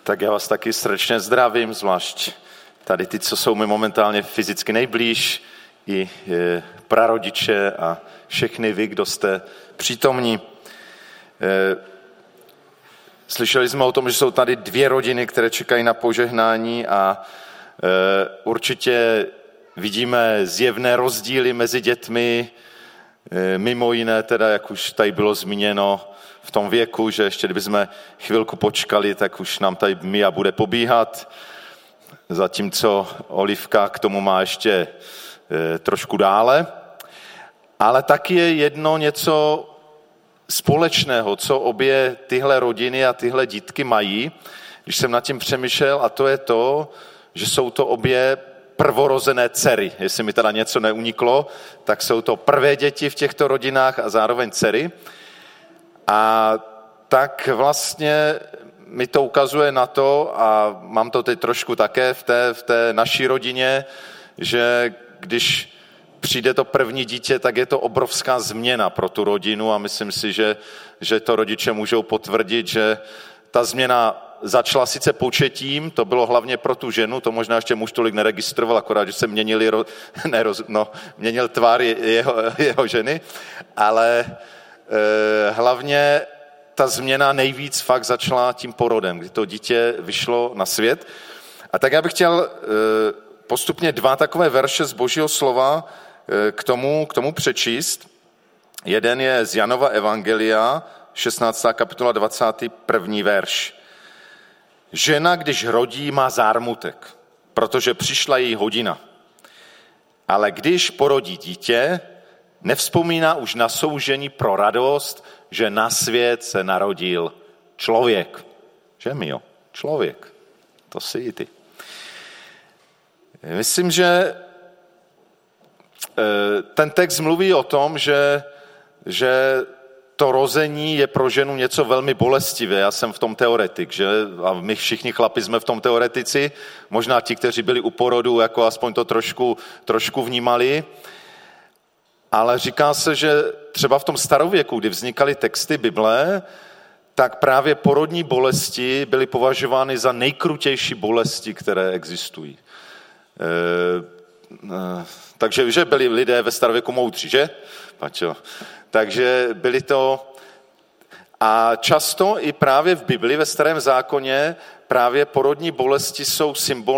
Tak já vás taky srdečně zdravím, zvlášť tady ty, co jsou mi momentálně fyzicky nejblíž, i prarodiče a všechny vy, kdo jste přítomní. Slyšeli jsme o tom, že jsou tady 2 rodiny, které čekají na požehnání a určitě vidíme zjevné rozdíly mezi dětmi, mimo jiné teda, jak už tady bylo zmíněno, v tom věku, že ještě kdybychom chvilku počkali, tak už nám tady Mia bude pobíhat, zatímco Olivka k tomu má ještě trošku dále. Ale taky je jedno něco společného, co obě tyhle rodiny a tyhle dítky mají, když jsem nad tím přemýšlel, a to je to, že jsou to obě prvorozené dcery. Jestli mi teda něco neuniklo, tak jsou to prvé děti v těchto rodinách a zároveň dcery. A tak vlastně mi to ukazuje na to, a mám to teď trošku také v té naší rodině, že když přijde to první dítě, tak je to obrovská změna pro tu rodinu a myslím si, že to rodiče můžou potvrdit, že ta změna začala sice početím, to bylo hlavně pro tu ženu, to možná ještě muž tolik neregistroval, akorát, že se měnil tvar jeho ženy, ale hlavně ta změna nejvíc fakt začala tím porodem, kdy to dítě vyšlo na svět. A tak já bych chtěl postupně 2 takové verše z Božího slova k tomu přečíst. Jeden je z Janova evangelia, 16. kapitola, 21. verš. Žena, když rodí, má zármutek, protože přišla její hodina. Ale když porodí dítě, nevzpomíná už na soužení pro radost, že na svět se narodil člověk. Že Mio? Člověk. To jsi i ty. Myslím, že ten text mluví o tom, že to rození je pro ženu něco velmi bolestivé. Já jsem v tom teoretik, že? A my všichni chlapi jsme v tom teoretici. Možná ti, kteří byli u porodu, jako aspoň to trošku vnímali. Ale říká se, že třeba v tom starověku, kdy vznikaly texty Bible, tak právě porodní bolesti byly považovány za nejkrutější bolesti, které existují. Takže že byli lidé ve starověku moudří, že? Paťo. Takže byli to... A často i právě v Bibli, ve Starém zákoně, právě porodní bolesti jsou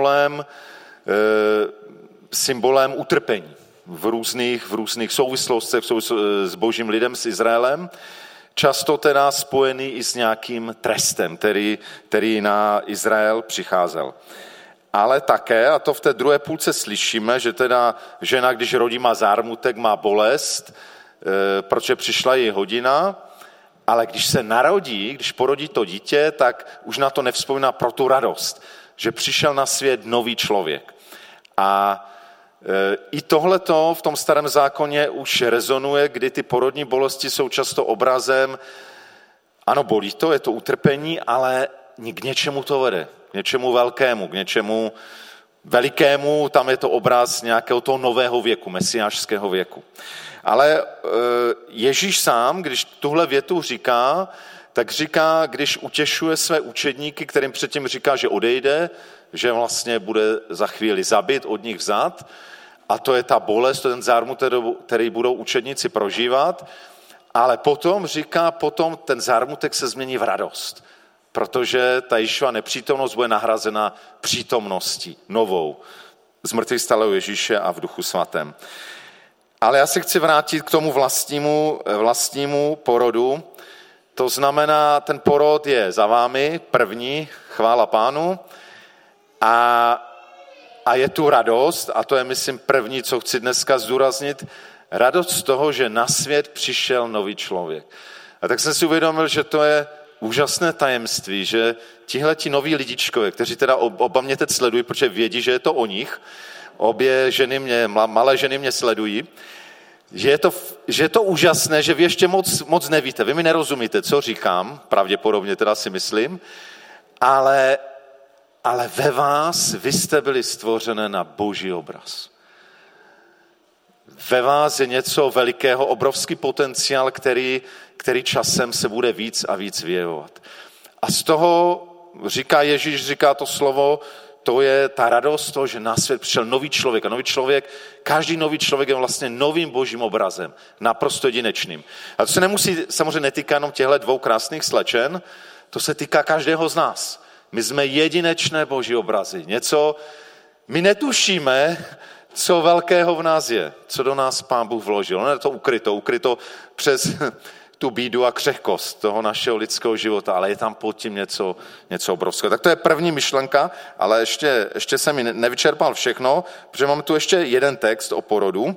symbolem utrpení v různých souvislostech s božím lidem, s Izraelem, často teda spojený i s nějakým trestem, který na Izrael přicházel. Ale také, a to v té druhé půlce slyšíme, že teda žena, když rodí, má zármutek, má bolest, protože přišla její hodina, ale když se narodí, když porodí to dítě, tak už na to nevzpomíná pro tu radost, že přišel na svět nový člověk. A i tohleto v tom Starém zákoně už rezonuje, kdy ty porodní bolesti jsou často obrazem, ano, bolí to, je to utrpení, ale k něčemu to vede, k něčemu velkému, k něčemu velikému, tam je to obraz nějakého toho nového věku, mesiášského věku. Ale Ježíš sám, když tuhle větu říká, tak říká, když utěšuje své učedníky, kterým předtím říká, že odejde, že vlastně bude za chvíli zabit, od nich vzat, a to je ta bolest, to je ten zármutek, který budou učedníci prožívat, ale potom říká, ten zármutek se změní v radost, protože ta Ježíšova nepřítomnost bude nahrazena přítomností novou, zmrtvýchvstalého Ježíše a v Duchu svatém. Ale já se chci vrátit k tomu vlastnímu porodu. To znamená, ten porod je za vámi, první, chvála Pánu, a je tu radost, a to je, myslím, první, co chci dneska zdůraznit, radost z toho, že na svět přišel nový člověk. A tak jsem si uvědomil, že to je úžasné tajemství, že tihleti noví lidičkové, kteří teda oba mě teď sledují, protože vědí, že je to o nich, malé ženy mě sledují, že je to úžasné, že vy ještě moc nevíte, vy mi nerozumíte, co říkám, pravděpodobně teda si myslím, ale ve vás vy jste byli stvořené na Boží obraz. Ve vás je něco velikého, obrovský potenciál, který časem se bude víc a víc vyjevovat. A z toho říká Ježíš, říká to slovo, to je ta radost toho, že na svět přišel nový člověk. A nový člověk, každý nový člověk je vlastně novým božím obrazem, naprosto jedinečným. A to se nemusí, samozřejmě netýká jenom těchto dvou krásných slečen, to se týká každého z nás. My jsme jedinečné boží obrazy. Něco, my netušíme, co velkého v nás je, co do nás Pán Bůh vložil. Ono je to ukryto přes tu bídu a křehkost toho našeho lidského života, ale je tam pod tím něco obrovského. Tak to je první myšlenka, ale ještě jsem mi nevyčerpal všechno, protože mám tu ještě jeden text o porodu,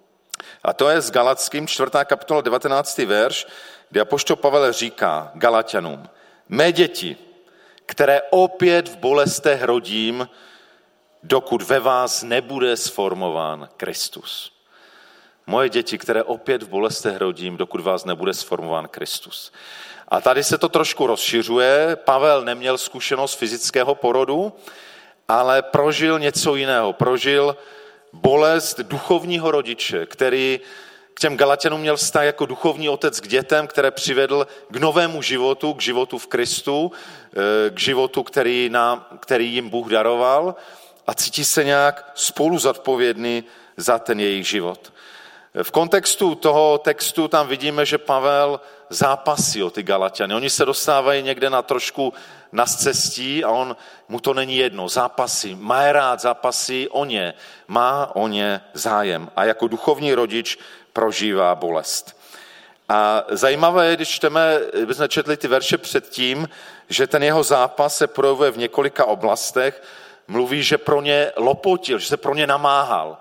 a to je z Galatským 4. kapitola 19. verš, kde apoštol Pavel říká Galatianům: mé děti, které opět v bolestech rodím, dokud ve vás nebude sformován Kristus. Moje děti, které opět v bolestech rodím, dokud vás nebude sformován Kristus. A tady se to trošku rozšiřuje. Pavel neměl zkušenost fyzického porodu, ale prožil něco jiného. Prožil bolest duchovního rodiče, který k těm Galatianům měl vztah jako duchovní otec k dětem, které přivedl k novému životu, k životu v Kristu, k životu, který jim Bůh daroval, a cítí se nějak spolu zodpovědný za ten jejich život. V kontextu toho textu tam vidíme, že Pavel zápasí o ty Galatiany. Oni se dostávají někde na trošku na scestí a mu to není jedno. Zápasí, má je rád, zápasí o ně, má o ně zájem. A jako duchovní rodič prožívá bolest. A zajímavé je, když jsme četli ty verše předtím, že ten jeho zápas se projevuje v několika oblastech. Mluví, že pro ně lopotil, že se pro ně namáhal,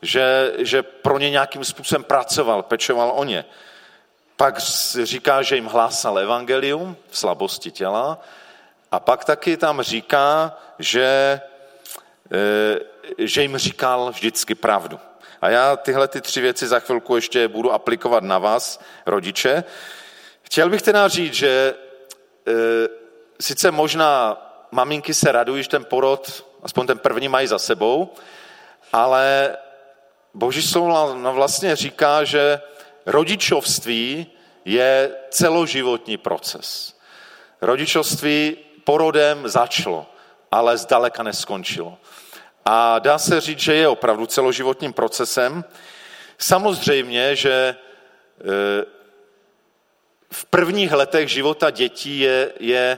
že pro ně nějakým způsobem pracoval, pečoval o ně. Pak říká, že jim hlásal evangelium v slabosti těla, a pak taky tam říká, že jim říkal vždycky pravdu. A já tyhle ty 3 věci za chvilku ještě budu aplikovat na vás, rodiče. Chtěl bych teda říct, že sice možná maminky se radují, že ten porod, aspoň ten první, mají za sebou, ale Boží slovo vlastně říká, že rodičovství je celoživotní proces. Rodičovství porodem začalo, ale zdaleka neskončilo. A dá se říct, že je opravdu celoživotním procesem. Samozřejmě, že v prvních letech života dětí je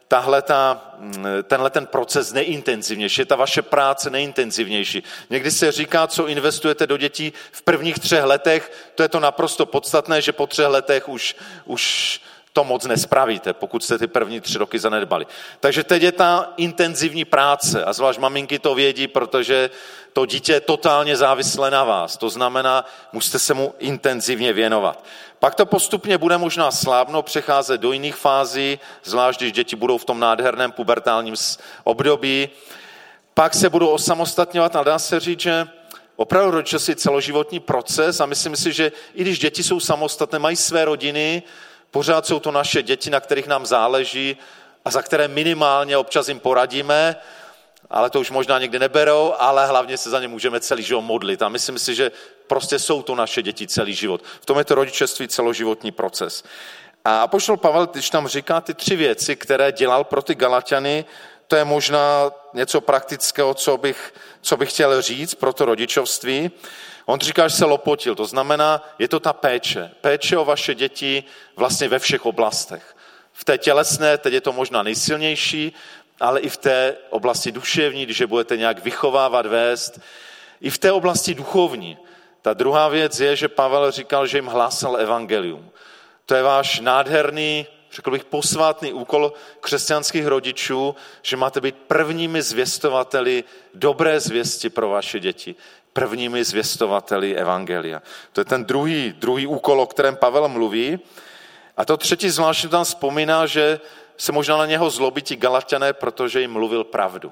tenhle ten proces nejintenzivnější, je ta vaše práce nejintenzivnější. Někdy se říká, co investujete do dětí v prvních 3 letech, to je to naprosto podstatné, že po 3 letech už to moc nespravíte, pokud jste ty první 3 roky zanedbali. Takže teď je ta intenzivní práce, a zvlášť maminky to vědí, protože to dítě je totálně závislé na vás. To znamená, musíte se mu intenzivně věnovat. Pak to postupně bude možná slábnout, přecházet do jiných fází, zvlášť když děti budou v tom nádherném pubertálním období. Pak se budou osamostatňovat, ale dá se říct, že opravdu rodičovství je celoživotní proces, a myslím si, že i když děti jsou samostatné, mají své rodiny, pořád jsou to naše děti, na kterých nám záleží a za které minimálně občas jim poradíme, ale to už možná někdy neberou, ale hlavně se za ně můžeme celý život modlit. A myslím si, že prostě jsou to naše děti celý život. V tom je to rodičovství celoživotní proces. A apoštol Pavel, když tam říká ty 3 věci, které dělal pro ty Galatiany, to je možná něco praktického, co bych chtěl říct pro to rodičovství. On říká, že se lopotil, to znamená, je to ta péče o vaše děti vlastně ve všech oblastech. V té tělesné, teď je to možná nejsilnější, ale i v té oblasti duševní, když je budete nějak vychovávat, vést, i v té oblasti duchovní. Ta druhá věc je, že Pavel říkal, že jim hlásal evangelium. To je váš nádherný, řekl bych, posvátný úkol křesťanských rodičů, že máte být prvními zvěstovateli dobré zvěsti pro vaše děti. Prvními zvěstovateli evangelia. To je ten druhý úkol, o kterém Pavel mluví. A to 3. zvláštně tam vzpomíná, že se možná na něho zlobí ti Galatiané, protože jim mluvil pravdu.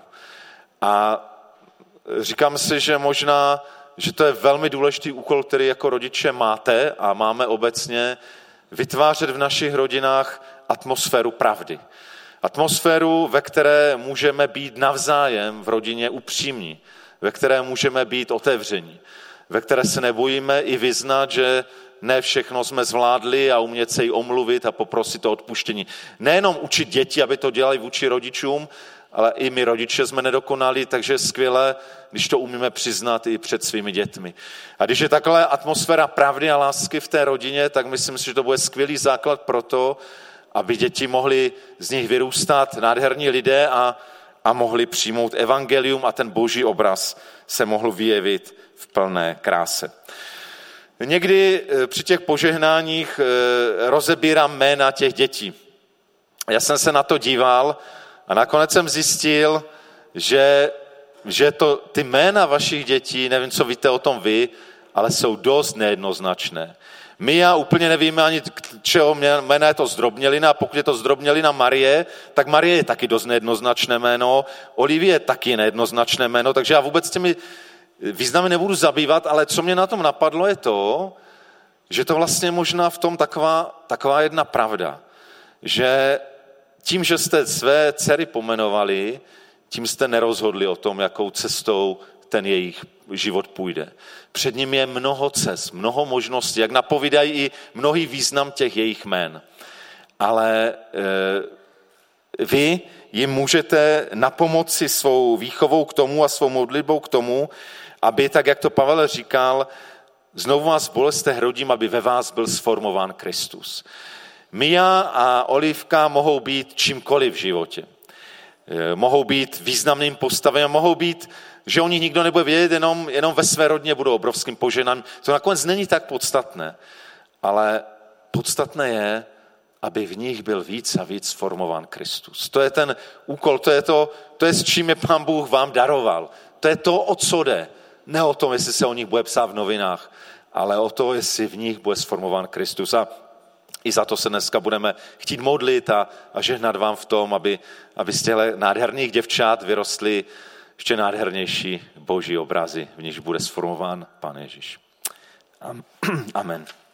A říkám si, že možná, že to je velmi důležitý úkol, který jako rodiče máte a máme obecně, vytvářet v našich rodinách atmosféru pravdy. Atmosféru, ve které můžeme být navzájem v rodině upřímní, ve které můžeme být otevření, ve které se nebojíme i vyznat, že ne všechno jsme zvládli a umět se jí omluvit a poprosit o odpuštění. Nejenom učit děti, aby to dělali vůči rodičům, ale i my rodiče jsme nedokonali, takže je skvělé, když to umíme přiznat i před svými dětmi. A když je takhle atmosféra pravdy a lásky v té rodině, tak myslím si, že to bude skvělý základ pro to, aby děti mohly z nich vyrůstat nádherní lidé a mohli přijmout evangelium a ten boží obraz se mohl vyjevit v plné kráse. Někdy při těch požehnáních rozebírám jména těch dětí. Já jsem se na to díval a nakonec jsem zjistil, že ty jména vašich dětí, nevím, co víte o tom vy, ale jsou dost nejednoznačné. My úplně nevíme ani, čeho jména je to zdrobnělina, a pokud je to zdrobnělina Marie, tak Marie je taky dost nejednoznačné jméno, Olivie je taky nejednoznačné jméno, takže já vůbec těmi významy nebudu zabývat, ale co mě na tom napadlo je to, že to vlastně možná v tom taková jedna pravda, že tím, že jste své dcery pomenovali, tím jste nerozhodli o tom, jakou cestou ten jejich život půjde. Před ním je mnoho cest, mnoho možností, jak napovídají i mnohý význam těch jejich jmén. Ale vy jim můžete napomoci svou výchovou k tomu a svou modlitbou k tomu, aby, tak jak to Pavel říkal, znovu vás bolestech rodím, aby ve vás byl sformován Kristus. Mia a Olivka mohou být čímkoliv v životě. Mohou být významným postavením, mohou být, že o nich nikdo nebude vědět, jenom ve své rodině budou obrovským poženáním. To nakonec není tak podstatné, ale podstatné je, aby v nich byl víc a víc formován Kristus. To je ten úkol, to je s čím je Pán Bůh vám daroval. To je to, o co jde. Ne o tom, jestli se o nich bude psát v novinách, ale o to, jestli v nich bude sformován Kristus. A i za to se dneska budeme chtít modlit a žehnat vám v tom, aby z těch nádherných děvčat vyrostly ještě nádhernější boží obrazy, v nichž bude sformován Pán Ježíš. Amen.